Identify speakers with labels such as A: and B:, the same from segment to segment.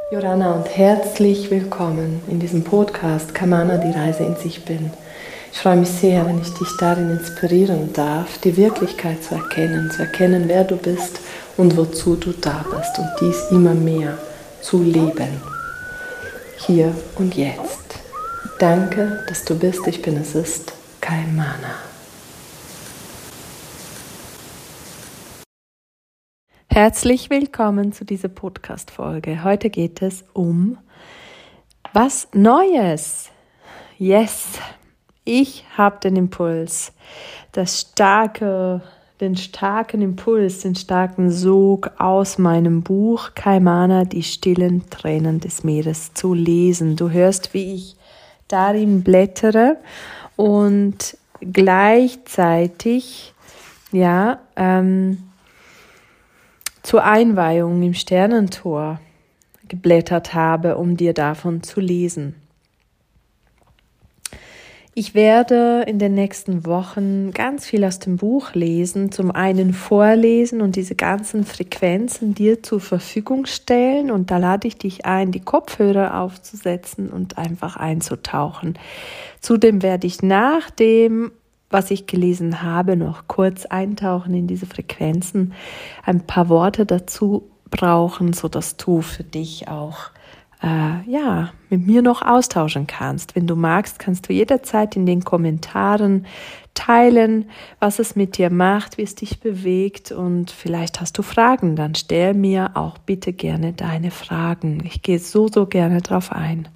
A: Joranna und herzlich willkommen in diesem Podcast Kamana, die Reise in sich bin. Ich freue mich sehr, wenn ich dich darin inspirieren darf, die Wirklichkeit zu erkennen, wer du bist und wozu du da bist und dies immer mehr zu leben. Hier und jetzt. Danke, dass du bist, ich bin, es ist Kamana. Herzlich willkommen zu dieser Podcast-Folge. Heute geht es um was Neues. Yes, ich habe den Impuls, den starken Impuls, den starken Sog aus meinem Buch Kamana, die stillen Tränen des Meeres zu lesen. Du hörst, wie ich darin blättere und gleichzeitig, zur Einweihung im Sternentor geblättert habe, um dir davon zu lesen. Ich werde in den nächsten Wochen ganz viel aus dem Buch lesen, zum einen vorlesen und diese ganzen Frequenzen dir zur Verfügung stellen, und da lade ich dich ein, die Kopfhörer aufzusetzen und einfach einzutauchen. Zudem werde ich nach dem, was ich gelesen habe, noch kurz eintauchen in diese Frequenzen, ein paar Worte dazu brauchen, sodass du für dich auch mit mir noch austauschen kannst. Wenn du magst, kannst du jederzeit in den Kommentaren teilen, was es mit dir macht, wie es dich bewegt, und vielleicht hast du Fragen, dann stell mir auch bitte gerne deine Fragen. Ich gehe so gerne drauf ein.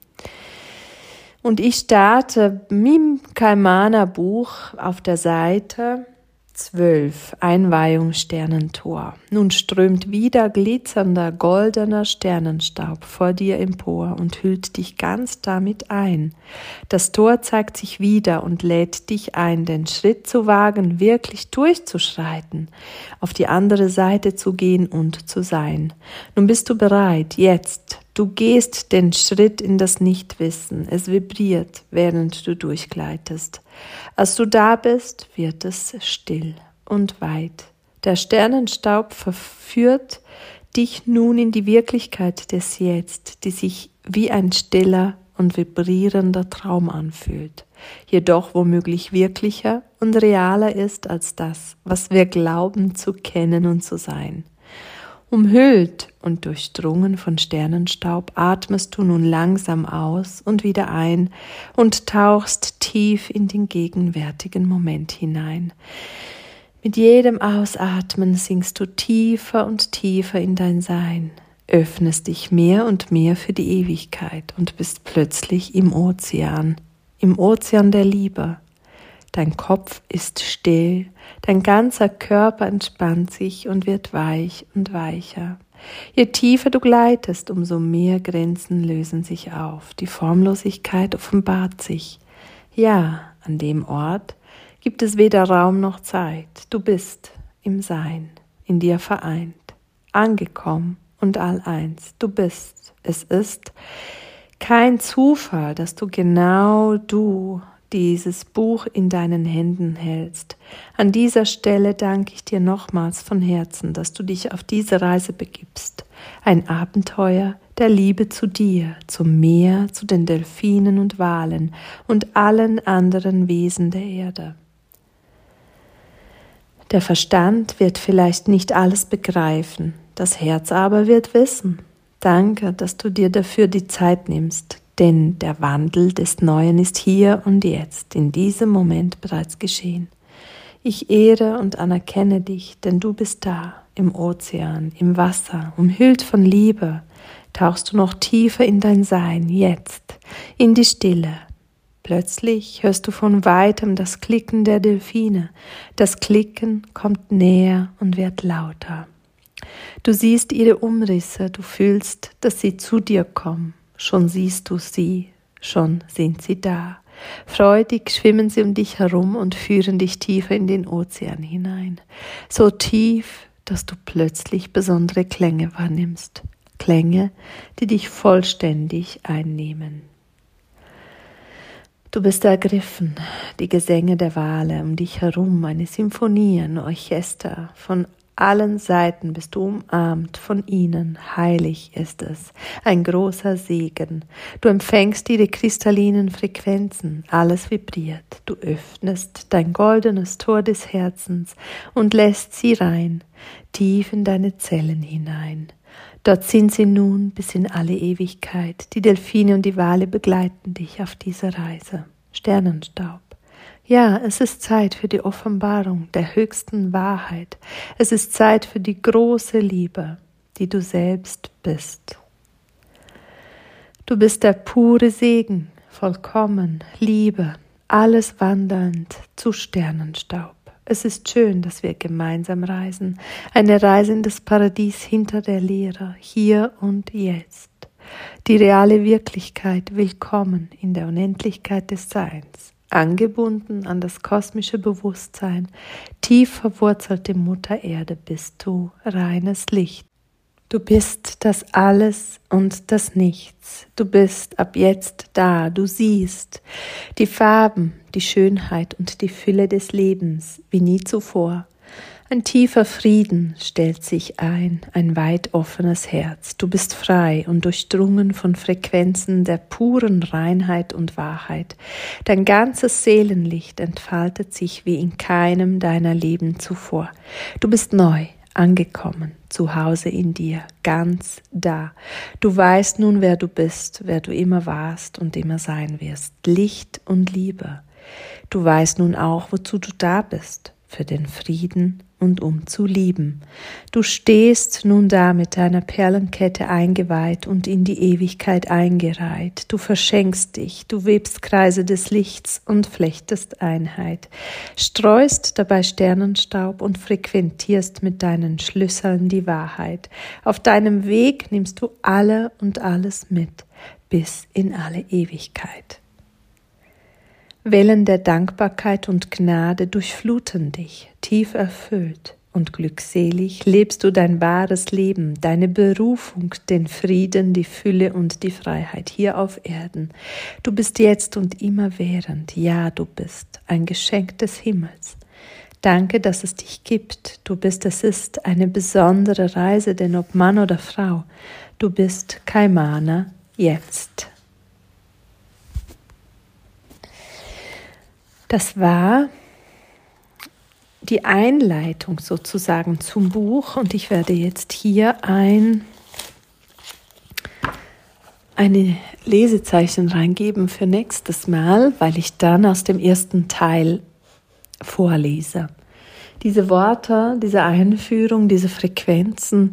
A: Und ich starte mit dem Kamana-Buch auf der Seite 12, Einweihung Sternentor. Nun strömt wieder glitzernder, goldener Sternenstaub vor dir empor und hüllt dich ganz damit ein. Das Tor zeigt sich wieder und lädt dich ein, den Schritt zu wagen, wirklich durchzuschreiten, auf die andere Seite zu gehen und zu sein. Nun bist du bereit, jetzt. Du gehst den Schritt in das Nichtwissen. Es vibriert, während du durchgleitest. Als du da bist, wird es still und weit. Der Sternenstaub verführt dich nun in die Wirklichkeit des Jetzt, die sich wie ein stiller und vibrierender Traum anfühlt, jedoch womöglich wirklicher und realer ist als das, was wir glauben zu kennen und zu sein. Umhüllt und durchdrungen von Sternenstaub atmest du nun langsam aus und wieder ein und tauchst tief in den gegenwärtigen Moment hinein. Mit jedem Ausatmen sinkst du tiefer und tiefer in dein Sein, öffnest dich mehr und mehr für die Ewigkeit und bist plötzlich im Ozean der Liebe. Dein Kopf ist still, dein ganzer Körper entspannt sich und wird weich und weicher. Je tiefer du gleitest, umso mehr Grenzen lösen sich auf. Die Formlosigkeit offenbart sich. Ja, an dem Ort gibt es weder Raum noch Zeit. Du bist im Sein, in dir vereint, angekommen und alleins. Du bist. Es ist kein Zufall, dass du dieses Buch in deinen Händen hältst. An dieser Stelle danke ich dir nochmals von Herzen, dass du dich auf diese Reise begibst. Ein Abenteuer der Liebe zu dir, zum Meer, zu den Delfinen und Walen und allen anderen Wesen der Erde. Der Verstand wird vielleicht nicht alles begreifen, das Herz aber wird wissen. Danke, dass du dir dafür die Zeit nimmst. Denn der Wandel des Neuen ist hier und jetzt, in diesem Moment bereits geschehen. Ich ehre und anerkenne dich, denn du bist da, im Ozean, im Wasser, umhüllt von Liebe. Tauchst du noch tiefer in dein Sein, jetzt, in die Stille. Plötzlich hörst du von weitem das Klicken der Delfine. Das Klicken kommt näher und wird lauter. Du siehst ihre Umrisse, du fühlst, dass sie zu dir kommen. Schon siehst du sie, schon sind sie da. Freudig schwimmen sie um dich herum und führen dich tiefer in den Ozean hinein. So tief, dass du plötzlich besondere Klänge wahrnimmst. Klänge, die dich vollständig einnehmen. Du bist ergriffen, die Gesänge der Wale um dich herum, eine Symphonie, ein Orchester von allen Seiten bist du umarmt von ihnen. Heilig ist es, ein großer Segen. Du empfängst ihre kristallinen Frequenzen, alles vibriert. Du öffnest dein goldenes Tor des Herzens und lässt sie rein, tief in deine Zellen hinein. Dort sind sie nun bis in alle Ewigkeit. Die Delfine und die Wale begleiten dich auf dieser Reise. Sternenstaub. Ja, es ist Zeit für die Offenbarung der höchsten Wahrheit. Es ist Zeit für die große Liebe, die du selbst bist. Du bist der pure Segen, vollkommen, Liebe, alles wandernd zu Sternenstaub. Es ist schön, dass wir gemeinsam reisen, eine Reise in das Paradies hinter der Leere, hier und jetzt. Die reale Wirklichkeit willkommen in der Unendlichkeit des Seins. Angebunden an das kosmische Bewusstsein, tief verwurzelt in Mutter Erde bist du, reines Licht. Du bist das Alles und das Nichts. Du bist ab jetzt da, du siehst die Farben, die Schönheit und die Fülle des Lebens wie nie zuvor. Ein tiefer Frieden stellt sich ein weit offenes Herz. Du bist frei und durchdrungen von Frequenzen der puren Reinheit und Wahrheit. Dein ganzes Seelenlicht entfaltet sich wie in keinem deiner Leben zuvor. Du bist neu, angekommen, zu Hause in dir, ganz da. Du weißt nun, wer du bist, wer du immer warst und immer sein wirst. Licht und Liebe. Du weißt nun auch, wozu du da bist. Für den Frieden und um zu lieben. Du stehst nun da mit deiner Perlenkette eingeweiht und in die Ewigkeit eingereiht. Du verschenkst dich, du webst Kreise des Lichts und flechtest Einheit, streust dabei Sternenstaub und frequentierst mit deinen Schlüsseln die Wahrheit. Auf deinem Weg nimmst du alle und alles mit, bis in alle Ewigkeit. Wellen der Dankbarkeit und Gnade durchfluten dich, tief erfüllt und glückselig lebst du dein wahres Leben, deine Berufung, den Frieden, die Fülle und die Freiheit hier auf Erden. Du bist jetzt und immerwährend, ja, du bist ein Geschenk des Himmels. Danke, dass es dich gibt. Du bist, es ist eine besondere Reise, denn ob Mann oder Frau, du bist Kaimana jetzt. Das war die Einleitung sozusagen zum Buch und ich werde jetzt hier eine Lesezeichen reingeben für nächstes Mal, weil ich dann aus dem ersten Teil vorlese. Diese Worte, diese Einführung, diese Frequenzen,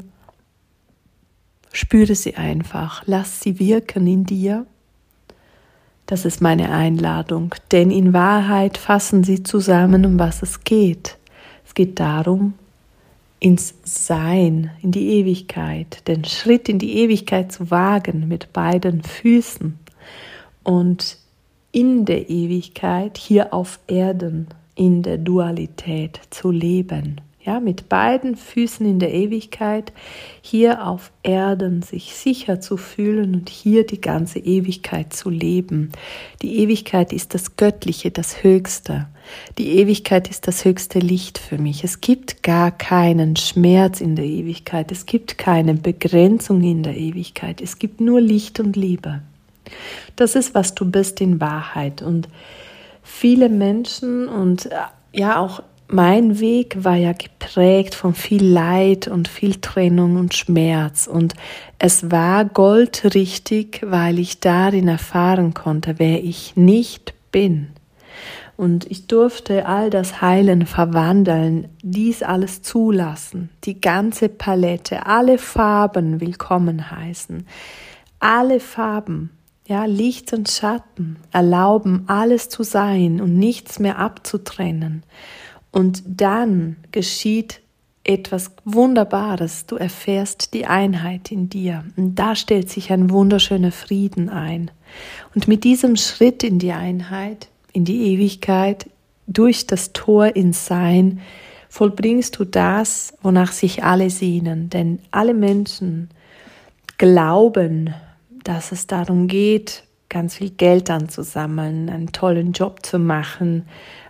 A: spüre sie einfach, lass sie wirken in dir. Das ist meine Einladung, denn in Wahrheit fassen sie zusammen, um was es geht. Es geht darum, ins Sein, in die Ewigkeit, den Schritt in die Ewigkeit zu wagen mit beiden Füßen und in der Ewigkeit hier auf Erden, in der Dualität zu leben. Ja, mit beiden Füßen in der Ewigkeit, hier auf Erden sich sicher zu fühlen und hier die ganze Ewigkeit zu leben. Die Ewigkeit ist das Göttliche, das Höchste. Die Ewigkeit ist das höchste Licht für mich. Es gibt gar keinen Schmerz in der Ewigkeit. Es gibt keine Begrenzung in der Ewigkeit. Es gibt nur Licht und Liebe. Das ist, was du bist in Wahrheit. Und viele Menschen und ja auch mein Weg war ja geprägt von viel Leid und viel Trennung und Schmerz und es war goldrichtig, weil ich darin erfahren konnte, wer ich nicht bin. Und ich durfte all das heilen, verwandeln, dies alles zulassen, die ganze Palette, alle Farben willkommen heißen, alle Farben. Ja, Licht und Schatten erlauben, alles zu sein und nichts mehr abzutrennen. Und dann geschieht etwas Wunderbares. Du erfährst die Einheit in dir. Und da stellt sich ein wunderschöner Frieden ein. Und mit diesem Schritt in die Einheit, in die Ewigkeit, durch das Tor ins Sein, vollbringst du das, wonach sich alle sehnen. Denn alle Menschen glauben, dass es darum geht, ganz viel Geld anzusammeln, einen tollen Job zu machen,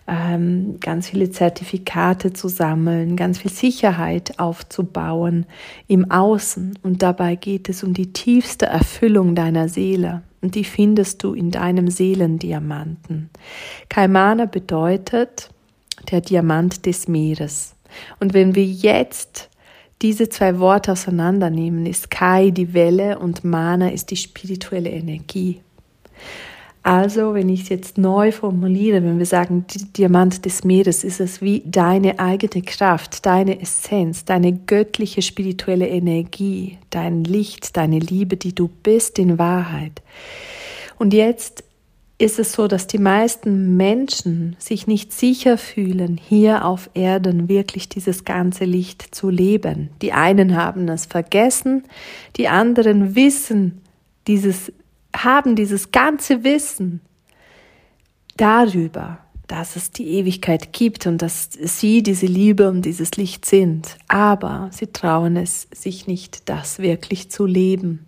A: ganz viele Zertifikate zu sammeln, ganz viel Sicherheit aufzubauen im Außen. Und dabei geht es um die tiefste Erfüllung deiner Seele. Und die findest du in deinem Seelendiamanten. Kaimana bedeutet der Diamant des Meeres. Und wenn wir jetzt diese zwei Worte auseinandernehmen, ist Kai die Welle und Mana ist die spirituelle Energie. Also, wenn ich es jetzt neu formuliere, wenn wir sagen, Diamant des Meeres, ist es wie deine eigene Kraft, deine Essenz, deine göttliche spirituelle Energie, dein Licht, deine Liebe, die du bist in Wahrheit. Und jetzt ist es so, dass die meisten Menschen sich nicht sicher fühlen, hier auf Erden wirklich dieses ganze Licht zu leben. Die einen haben es vergessen, die anderen haben dieses ganze Wissen darüber, dass es die Ewigkeit gibt und dass sie diese Liebe und dieses Licht sind. Aber sie trauen es sich nicht, das wirklich zu leben.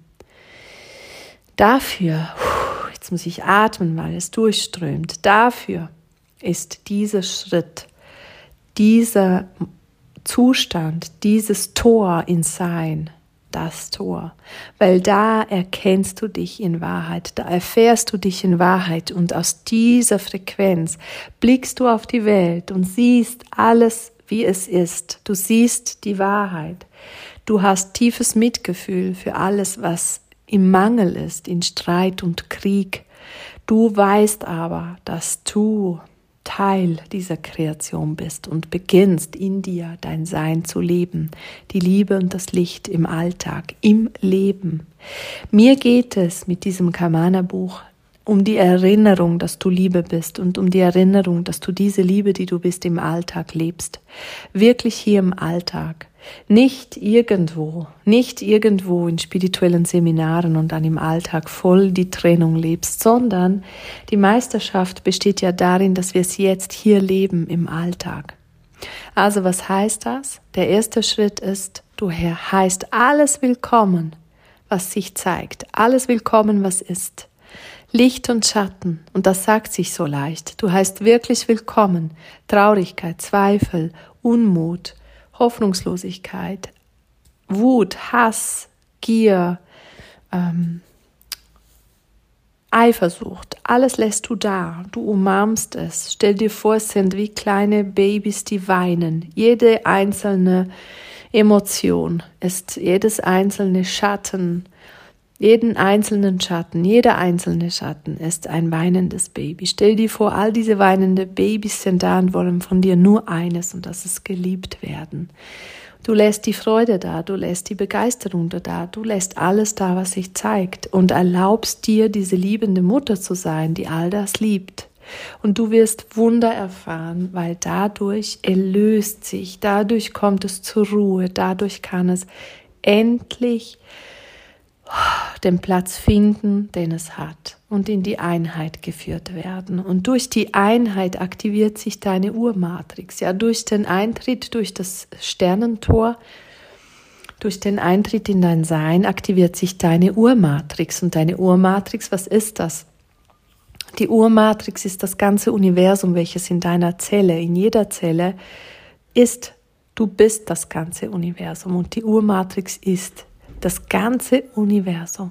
A: Dafür, jetzt muss ich atmen, weil es durchströmt, dafür ist dieser Schritt, dieser Zustand, dieses Tor in Sein, das Tor, weil da erkennst du dich in Wahrheit, da erfährst du dich in Wahrheit und aus dieser Frequenz blickst du auf die Welt und siehst alles, wie es ist. Du siehst die Wahrheit. Du hast tiefes Mitgefühl für alles, was im Mangel ist, in Streit und Krieg. Du weißt aber, dass du Teil dieser Kreation bist und beginnst in dir dein Sein zu leben, die Liebe und das Licht im Alltag, im Leben. Mir geht es mit diesem Kaimana-Buch um die Erinnerung, dass du Liebe bist und um die Erinnerung, dass du diese Liebe, die du bist, im Alltag lebst. Wirklich hier im Alltag. Nicht irgendwo in spirituellen Seminaren und dann im Alltag voll die Trennung lebst, sondern die Meisterschaft besteht ja darin, dass wir es jetzt hier leben im Alltag. Also was heißt das? Der erste Schritt ist, du heißt alles willkommen, was sich zeigt, alles willkommen, was ist. Licht und Schatten, und das sagt sich so leicht. Du heißt wirklich willkommen, Traurigkeit, Zweifel, Unmut, Hoffnungslosigkeit, Wut, Hass, Gier, Eifersucht, alles lässt du da, du umarmst es. Stell dir vor, es sind wie kleine Babys, die weinen. Jede einzelne Emotion ist, jedes einzelne Schatten, jeder einzelne Schatten ist ein weinendes Baby. Stell dir vor, all diese weinenden Babys sind da und wollen von dir nur eines, und das ist geliebt werden. Du lässt die Freude da, du lässt die Begeisterung da, du lässt alles da, was sich zeigt, und erlaubst dir, diese liebende Mutter zu sein, die all das liebt. Und du wirst Wunder erfahren, weil dadurch erlöst sich, dadurch kommt es zur Ruhe, dadurch kann es endlich den Platz finden, den es hat, und in die Einheit geführt werden. Und durch die Einheit aktiviert sich deine Urmatrix. Ja, durch den Eintritt, durch das Sternentor, durch den Eintritt in dein Sein aktiviert sich deine Urmatrix. Und deine Urmatrix, was ist das? Die Urmatrix ist das ganze Universum, welches in deiner Zelle, in jeder Zelle ist. Du bist das ganze Universum, und die Urmatrix ist das ganze Universum,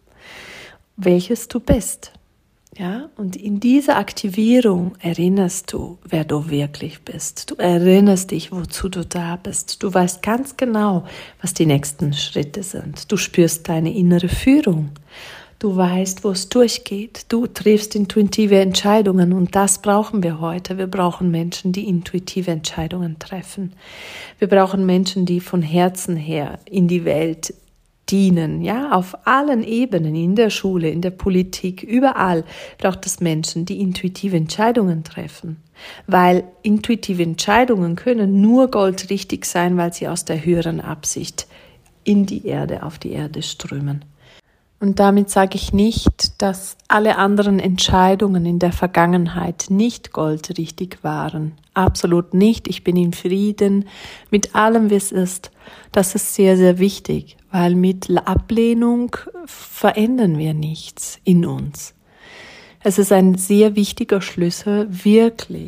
A: welches du bist. Ja, und in dieser Aktivierung erinnerst du, wer du wirklich bist. Du erinnerst dich, wozu du da bist. Du weißt ganz genau, was die nächsten Schritte sind. Du spürst deine innere Führung. Du weißt, wo es durchgeht. Du triffst intuitive Entscheidungen, und das brauchen wir heute. Wir brauchen Menschen, die intuitive Entscheidungen treffen. Wir brauchen Menschen, die von Herzen her in die Welt dienen, ja, auf allen Ebenen, in der Schule, in der Politik, überall braucht es Menschen, die intuitive Entscheidungen treffen, weil intuitive Entscheidungen können nur goldrichtig sein, weil sie aus der höheren Absicht in die Erde, auf die Erde strömen. Und damit sage ich nicht, dass alle anderen Entscheidungen in der Vergangenheit nicht goldrichtig waren. Absolut nicht. Ich bin in Frieden mit allem, wie es ist. Das ist sehr, sehr wichtig, weil mit Ablehnung verändern wir nichts in uns. Es ist ein sehr wichtiger Schlüssel, wirklich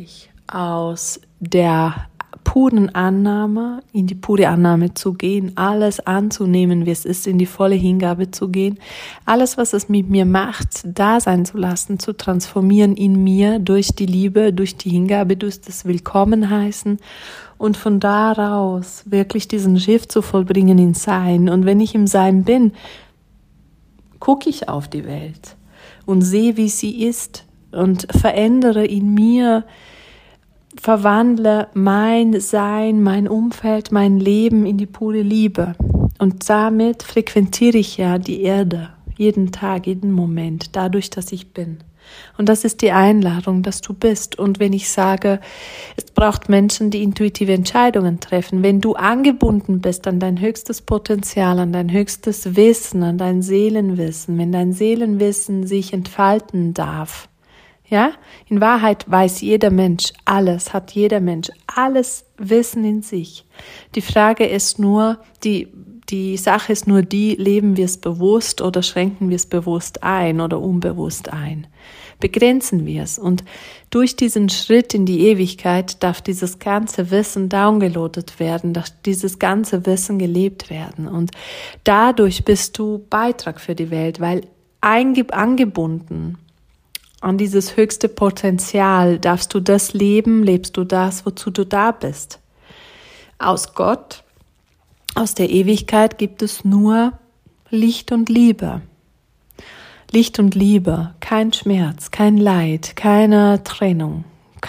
A: aus der puren Annahme, in die pure Annahme zu gehen, alles anzunehmen, wie es ist, in die volle Hingabe zu gehen, alles, was es mit mir macht, da sein zu lassen, zu transformieren in mir durch die Liebe, durch die Hingabe, durch das Willkommenheißen und von daraus wirklich diesen Shift zu vollbringen ins Sein. Und wenn ich im Sein bin, gucke ich auf die Welt und sehe, wie sie ist und verändere in mir, verwandle mein Sein, mein Umfeld, mein Leben in die pure Liebe. Und damit frequentiere ich ja die Erde, jeden Tag, jeden Moment, dadurch, dass ich bin. Und das ist die Einladung, dass du bist. Und wenn ich sage, es braucht Menschen, die intuitive Entscheidungen treffen, wenn du angebunden bist an dein höchstes Potenzial, an dein höchstes Wissen, an dein Seelenwissen, wenn dein Seelenwissen sich entfalten darf, ja, in Wahrheit weiß jeder Mensch alles, hat jeder Mensch alles Wissen in sich. Die Frage ist nur, die Sache ist nur die, leben wir es bewusst oder schränken wir es bewusst ein oder unbewusst ein? Begrenzen wir es? Und durch diesen Schritt in die Ewigkeit darf dieses ganze Wissen downgeloadet werden, darf dieses ganze Wissen gelebt werden. Und dadurch bist du Beitrag für die Welt, weil angebunden an dieses höchste Potenzial darfst du das leben, lebst du das, wozu du da bist. Aus Gott, aus der Ewigkeit gibt es nur Licht und Liebe. Licht und Liebe, kein Schmerz, kein Leid, keine Trennung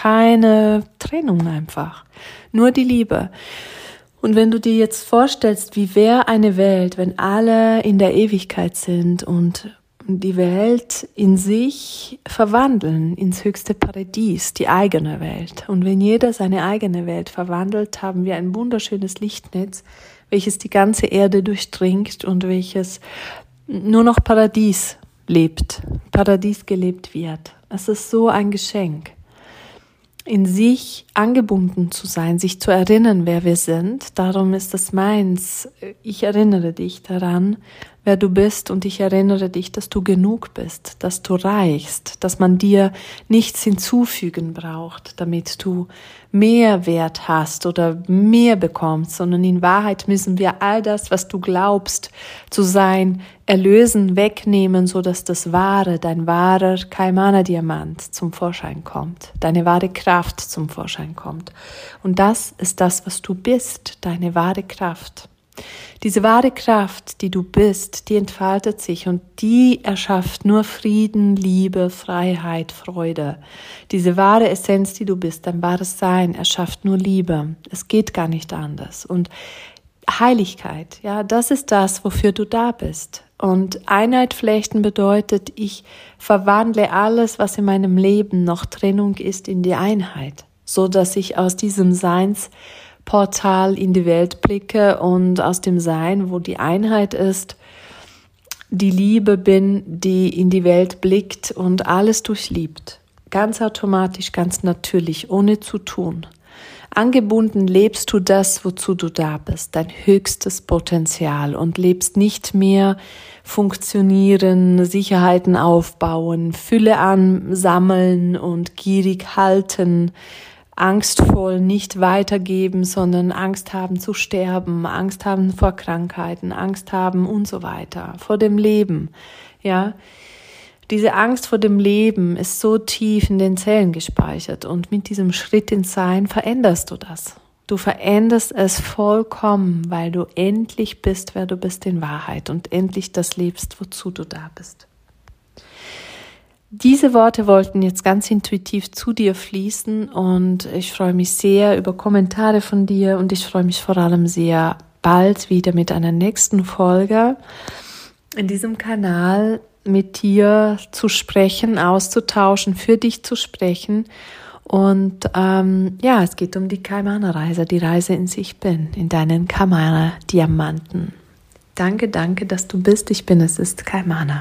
A: einfach, nur die Liebe. Und wenn du dir jetzt vorstellst, wie wäre eine Welt, wenn alle in der Ewigkeit sind und die Welt in sich verwandeln ins höchste Paradies, die eigene Welt. Und wenn jeder seine eigene Welt verwandelt, haben wir ein wunderschönes Lichtnetz, welches die ganze Erde durchdringt und welches nur noch Paradies gelebt wird. Es ist so ein Geschenk. In sich angebunden zu sein, sich zu erinnern, wer wir sind. Darum ist es meins. Ich erinnere dich daran, wer du bist, und ich erinnere dich, dass du genug bist, dass du reichst, dass man dir nichts hinzufügen braucht, damit du mehr Wert hast oder mehr bekommst, sondern in Wahrheit müssen wir all das, was du glaubst zu sein, erlösen, wegnehmen, so dass das wahre, dein wahrer Kaimana-Diamant zum Vorschein kommt, deine wahre Kraft zum Vorschein kommt. Und das ist das, was du bist, deine wahre Kraft. Diese wahre Kraft, die du bist, die entfaltet sich und die erschafft nur Frieden, Liebe, Freiheit, Freude. Diese wahre Essenz, die du bist, dein wahres Sein, erschafft nur Liebe. Es geht gar nicht anders. Und Heiligkeit, ja, das ist das, wofür du da bist. Und Einheit flechten bedeutet, ich verwandle alles, was in meinem Leben noch Trennung ist, in die Einheit, so dass ich aus diesem Seinsportal in die Welt blicke und aus dem Sein, wo die Einheit ist, die Liebe bin, die in die Welt blickt und alles durchliebt. Ganz automatisch, ganz natürlich, ohne zu tun. Angebunden lebst du das, wozu du da bist, dein höchstes Potenzial, und lebst nicht mehr funktionieren, Sicherheiten aufbauen, Fülle ansammeln und gierig halten, angstvoll nicht weitergeben, sondern Angst haben zu sterben, Angst haben vor Krankheiten, Angst haben und so weiter, vor dem Leben, ja. Diese Angst vor dem Leben ist so tief in den Zellen gespeichert, und mit diesem Schritt ins Sein veränderst du das. Du veränderst es vollkommen, weil du endlich bist, wer du bist in Wahrheit, und endlich das lebst, wozu du da bist. Diese Worte wollten jetzt ganz intuitiv zu dir fließen, und ich freue mich sehr über Kommentare von dir, und ich freue mich vor allem sehr bald wieder mit einer nächsten Folge in diesem Kanal mit dir zu sprechen, auszutauschen, für dich zu sprechen. Und es geht um die Kaimana-Reise, die Reise in sich bin, in deinen Kaimana-Diamanten. Danke, dass du bist. Ich bin, es ist Kaimana.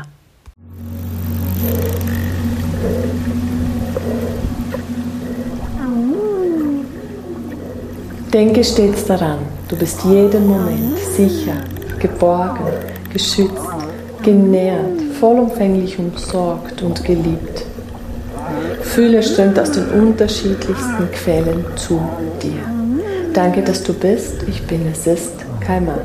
A: Denke stets daran, du bist jeden Moment sicher, geborgen, geschützt, genährt, vollumfänglich umsorgt und geliebt. Fühle strömt aus den unterschiedlichsten Quellen zu dir. Danke, dass du bist. Ich bin, es ist Kaimana.